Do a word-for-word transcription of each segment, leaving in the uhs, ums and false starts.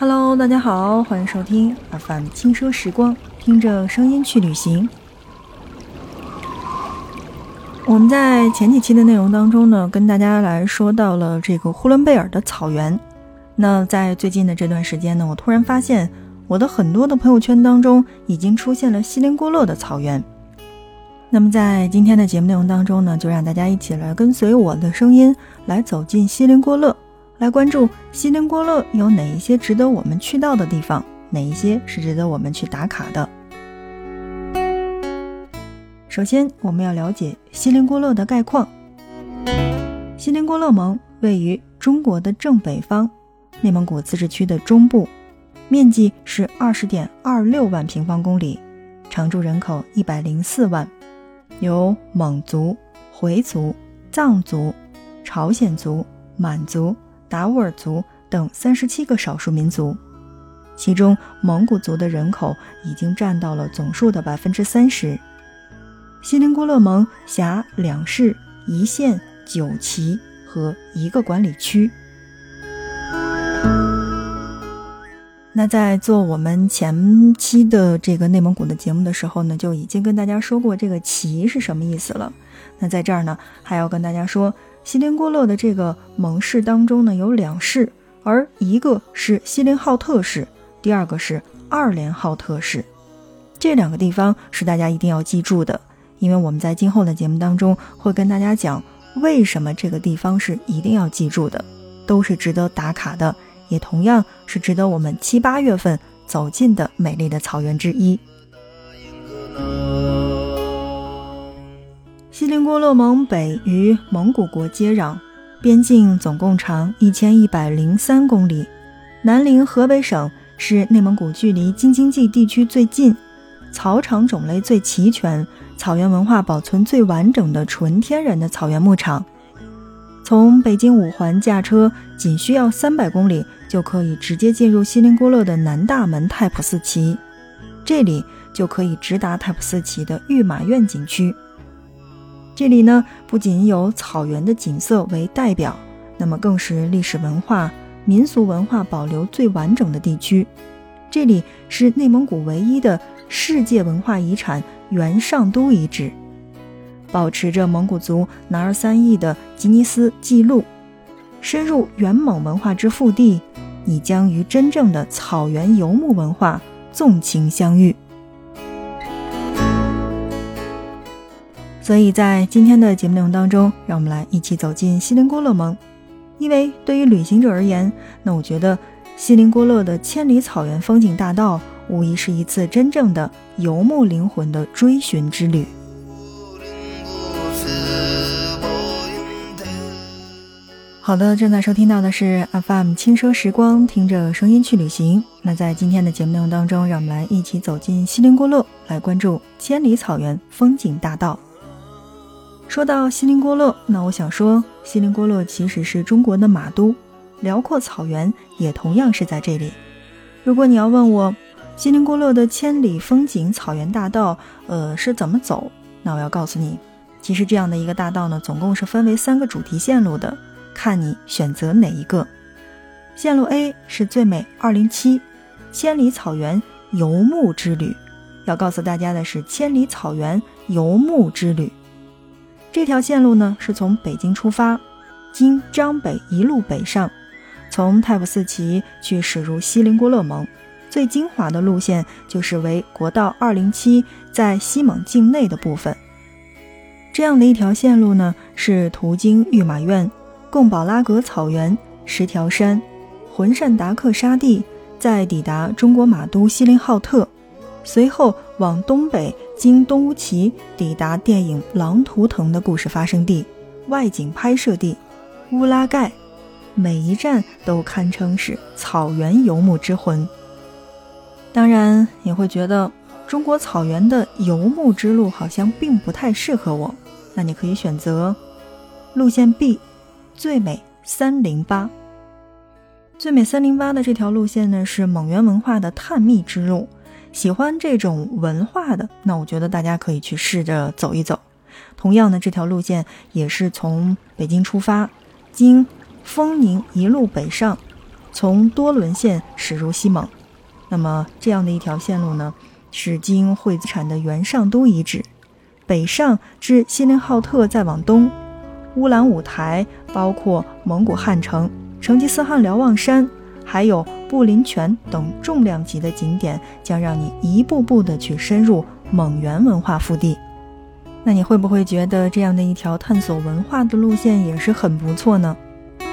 Hello， 大家好，欢迎收听 F M 轻奢时光，听着声音去旅行。我们在前几期的内容当中呢，跟大家来说到了这个呼伦贝尔的草原。那在最近的这段时间呢，我突然发现我的很多的朋友圈当中已经出现了锡林郭勒的草原。那么在今天的节目内容当中呢，就让大家一起来跟随我的声音来走进锡林郭勒，来关注锡林郭勒有哪一些值得我们去到的地方，哪一些是值得我们去打卡的。首先我们要了解锡林郭勒的概况。锡林郭勒盟位于中国的正北方，内蒙古自治区的中部，面积是 二十点二六万平方公里，常住人口一百零四万，由蒙族、回族、藏族、朝鲜族、满族、达斡尔族等三十七个少数民族，其中蒙古族的人口已经占到了总数的 百分之三十。 锡林郭勒盟辖两市、一县、九旗和一个管理区。那在做我们前期的这个内蒙古的节目的时候呢，就已经跟大家说过这个旗是什么意思了。那在这儿呢，还要跟大家说，锡林郭勒的这个盟市当中呢有两市，而一个是锡林浩特市，第二个是二连浩特市。这两个地方是大家一定要记住的，因为我们在今后的节目当中会跟大家讲为什么这个地方是一定要记住的，都是值得打卡的，也同样是值得我们七八月份走进的美丽的草原之一。锡林郭勒盟北与蒙古国接壤，边境总共长一千一百零三公里，南邻河北省，是内蒙古距离京津冀地区最近，草场种类最齐全，草原文化保存最完整的纯天然的草原牧场。从北京五环驾车仅需要三百公里，就可以直接进入锡林郭勒的南大门太普寺旗，这里就可以直达太普寺旗的御马苑景区。这里呢，不仅有草原的景色为代表，那么更是历史文化、民俗文化保留最完整的地区。这里是内蒙古唯一的世界文化遗产元上都遗址，保持着蒙古族男儿三义的吉尼斯纪录。深入元蒙文化之腹地，你将与真正的草原游牧文化纵情相遇。所以在今天的节目内容当中，让我们来一起走进锡林郭勒盟。因为对于旅行者而言，那我觉得锡林郭勒的千里草原风景大道无疑是一次真正的游牧灵魂的追寻之旅。好的，正在收听到的是 F M 轻奢时光，听着声音去旅行。那在今天的节目内容当中，让我们来一起走进锡林郭勒，来关注千里草原风景大道。说到锡林郭勒，那我想说，锡林郭勒其实是中国的马都，辽阔草原也同样是在这里。如果你要问我锡林郭勒的千里风景草原大道呃是怎么走，那我要告诉你，其实这样的一个大道呢，总共是分为三个主题线路的，看你选择哪一个。线路 A 是最美二零七千里草原游牧之旅，要告诉大家的是千里草原游牧之旅。这条线路呢，是从北京出发，经张北一路北上，从太普寺旗去驶入锡林郭勒盟，最精华的路线就是为国道二零七在西蒙境内的部分。这样的一条线路呢，是途经御马苑、贡保拉格草原、十条山、浑善达克沙地，再抵达中国马都锡林浩特，随后往东北经东乌旗抵达电影《狼图腾》的故事发生地、外景拍摄地乌拉盖，每一站都堪称是草原游牧之魂。当然也会觉得中国草原的游牧之路好像并不太适合我，那你可以选择路线 B 最美三零八。最美三零八的这条路线呢，是蒙元文化的探秘之路，喜欢这种文化的，那我觉得大家可以去试着走一走。同样的，这条路线也是从北京出发，经丰宁一路北上， 从多伦县驶入西蒙。那么这样的一条线路呢，是经会资产的元上都遗址，北上至锡林浩特，再往东，乌兰舞台，包括蒙古汉城、成吉思汗瞭望山，还有布林泉等重量级的景点，将让你一步步的去深入蒙元文化腹地。那你会不会觉得这样的一条探索文化的路线也是很不错呢？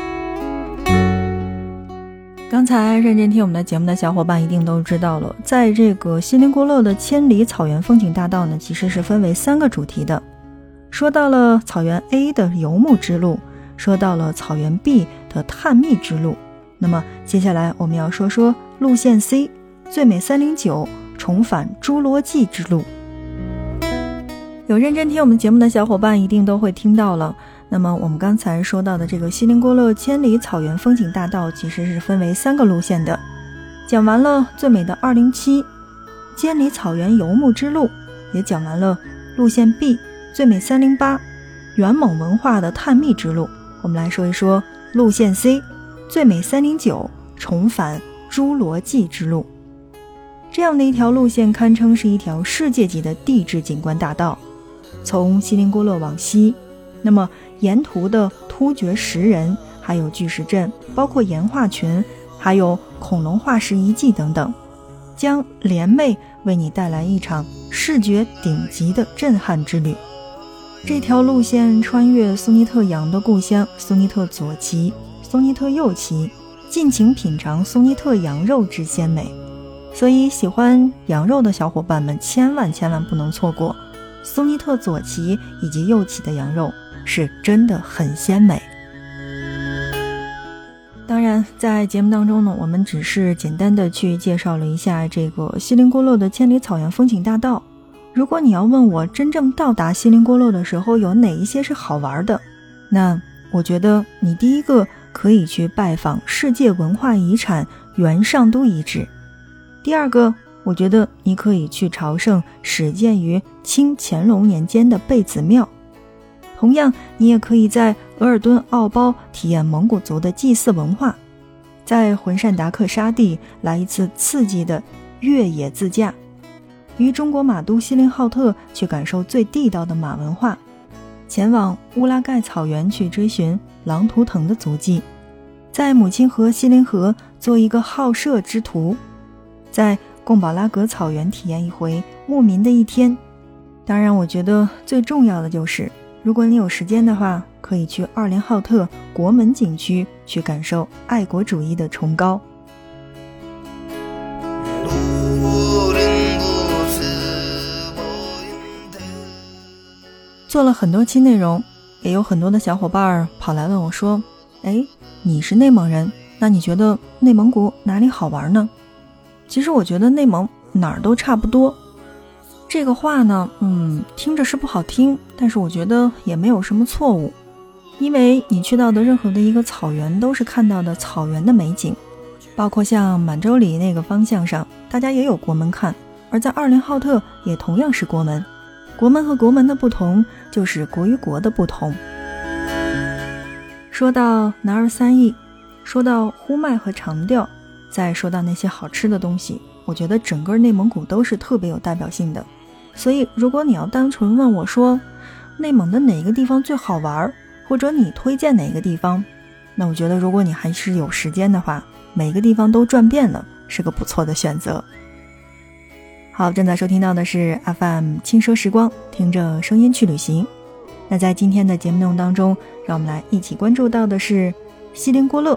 刚才认真听我们的节目的小伙伴一定都知道了，在这个锡林郭勒的千里草原风景大道呢，其实是分为三个主题的。说到了草原 A 的游牧之路，说到了草原 B 的探秘之路，那么接下来我们要说说路线 C 最美三零九重返侏罗纪之路。有认真听我们节目的小伙伴一定都会听到了，那么我们刚才说到的这个锡林郭勒千里草原风景大道其实是分为三个路线的。讲完了最美的二零七千里草原游牧之路，也讲完了路线 B 最美三零八元蒙文化的探秘之路，我们来说一说路线 C 最美三零九重返侏罗纪之路。这样的一条路线堪称是一条世界级的地质景观大道，从锡林郭勒往西，那么沿途的突厥石人，还有巨石阵，包括岩画群，还有恐龙化石遗迹等等，将联袂为你带来一场视觉顶级的震撼之旅。这条路线穿越苏尼特羊的故乡苏尼特左旗、苏尼特右旗，尽情品尝苏尼特羊肉之鲜美。所以喜欢羊肉的小伙伴们千万千万不能错过苏尼特左旗以及右旗的羊肉，是真的很鲜美。当然在节目当中呢，我们只是简单的去介绍了一下这个锡林郭勒的千里草原风景大道。如果你要问我真正到达锡林郭勒的时候有哪一些是好玩的，那我觉得你第一个可以去拜访世界文化遗产元上都遗址，第二个我觉得你可以去朝圣始建于清乾隆年间的贝子庙，同样你也可以在额尔敦奥包体验蒙古族的祭祀文化，在浑善达克沙地来一次刺激的越野自驾，于中国马都锡林浩特去感受最地道的马文化，前往乌拉盖草原去追寻狼图腾的足迹，在母亲河锡林河做一个好摄之途，在贡保拉格草原体验一回牧民的一天。当然我觉得最重要的就是如果你有时间的话，可以去二连浩特国门景区去感受爱国主义的崇高。做了很多期内容，也有很多的小伙伴跑来问我说，诶，你是内蒙人，那你觉得内蒙古哪里好玩呢？其实我觉得内蒙哪儿都差不多。这个话呢，嗯，听着是不好听，但是我觉得也没有什么错误，因为你去到的任何的一个草原都是看到的草原的美景，包括像满洲里那个方向上，大家也有国门看，而在二连浩特也同样是国门。国门和国门的不同，就是国与国的不同。说到男儿三义，说到呼麦和长调，再说到那些好吃的东西，我觉得整个内蒙古都是特别有代表性的。所以如果你要单纯问我说内蒙的哪个地方最好玩，或者你推荐哪个地方，那我觉得如果你还是有时间的话，每个地方都转遍了是个不错的选择。好，正在收听到的是 F M 轻奢时光，听着声音去旅行。那在今天的节目内容当中，让我们来一起关注到的是锡林郭勒。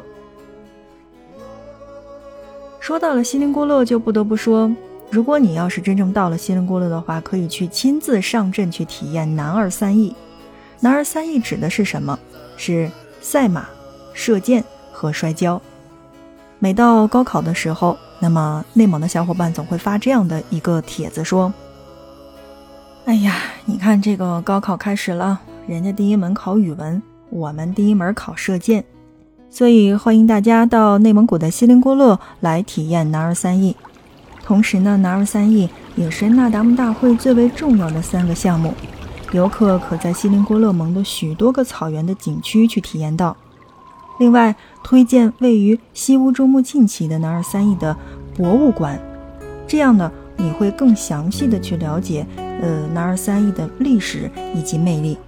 说到了锡林郭勒，就不得不说，如果你要是真正到了锡林郭勒的话，可以去亲自上阵去体验男儿三义。男儿三义指的是什么？是赛马、射箭和摔跤。每到高考的时候，那么内蒙的小伙伴总会发这样的一个帖子说，哎呀，你看这个高考开始了，人家第一门考语文，我们第一门考射箭，所以欢迎大家到内蒙古的锡林郭勒来体验男儿三义。同时呢，男儿三义也是那达慕大会最为重要的三个项目，游客可在锡林郭勒盟的许多个草原的景区去体验到。 另外推荐位于西乌珠穆沁旗的男儿三义的博物馆，这样呢你会更详细的去了解呃男儿三义的历史以及魅力。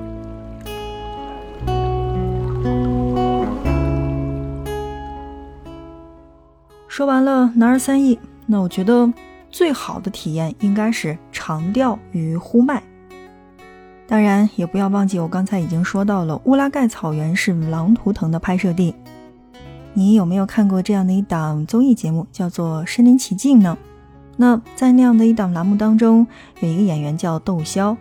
说完了男儿三义，那我觉得最好的体验应该是长调与呼麦。当然也不要忘记我刚才已经说到了乌拉盖草原是狼图腾的拍摄地。你有没有看过这样的一档综艺节目叫做《身临其境》呢？那在那样的一档栏目当中，有一个演员叫窦骁，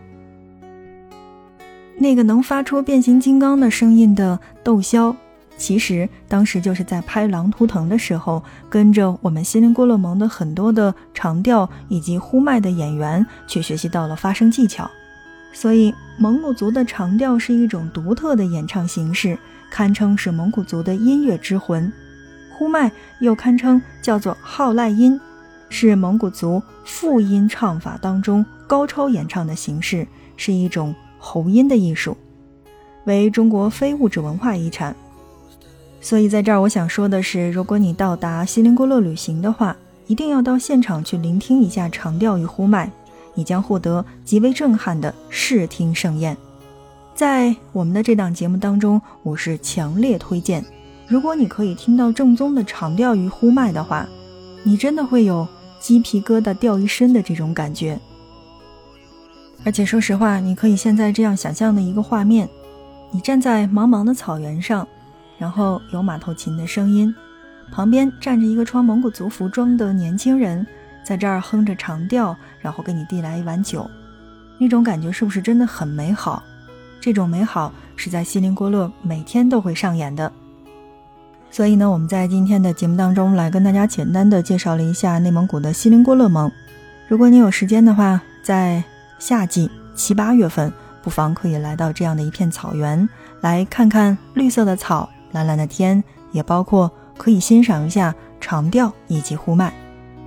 那个能发出变形金刚的声音的窦骁，其实当时就是在拍狼图腾的时候，跟着我们锡林郭勒盟的很多的长调以及呼麦的演员去学习到了发声技巧。所以蒙古族的长调是一种独特的演唱形式，堪称是蒙古族的音乐之魂。呼麦又堪称叫做号赖音，是蒙古族复音唱法当中高超演唱的形式，是一种喉音的艺术，为中国非物质文化遗产。所以在这儿我想说的是，如果你到达锡林郭勒旅行的话，一定要到现场去聆听一下长调与呼麦，你将获得极为震撼的视听盛宴。在我们的这档节目当中，我是强烈推荐，如果你可以听到正宗的长调与呼麦的话，你真的会有鸡皮疙瘩掉一身的这种感觉。而且说实话，你可以现在这样想象的一个画面，你站在茫茫的草原上，然后有马头琴的声音，旁边站着一个穿蒙古族服装的年轻人，在这儿哼着长调，然后给你递来一碗酒，那种感觉是不是真的很美好？这种美好是在锡林郭勒每天都会上演的。所以呢，我们在今天的节目当中来跟大家简单的介绍了一下内蒙古的锡林郭勒盟。如果你有时间的话，在夏季七八月份，不妨可以来到这样的一片草原，来看看绿色的草、蓝蓝的天，也包括可以欣赏一下长调以及呼麦。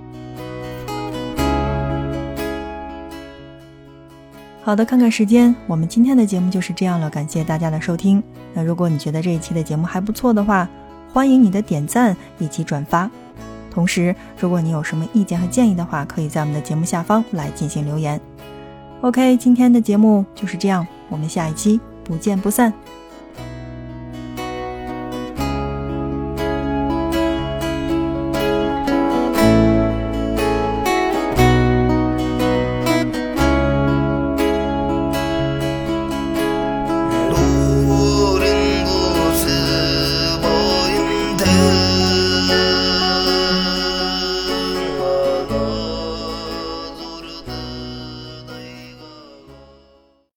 好的，看看时间，我们今天的节目就是这样了，感谢大家的收听。那如果你觉得这一期的节目还不错的话，欢迎你的点赞以及转发。同时，如果你有什么意见和建议的话，可以在我们的节目下方来进行留言。OK， 今天的节目就是这样，我们下一期不见不散。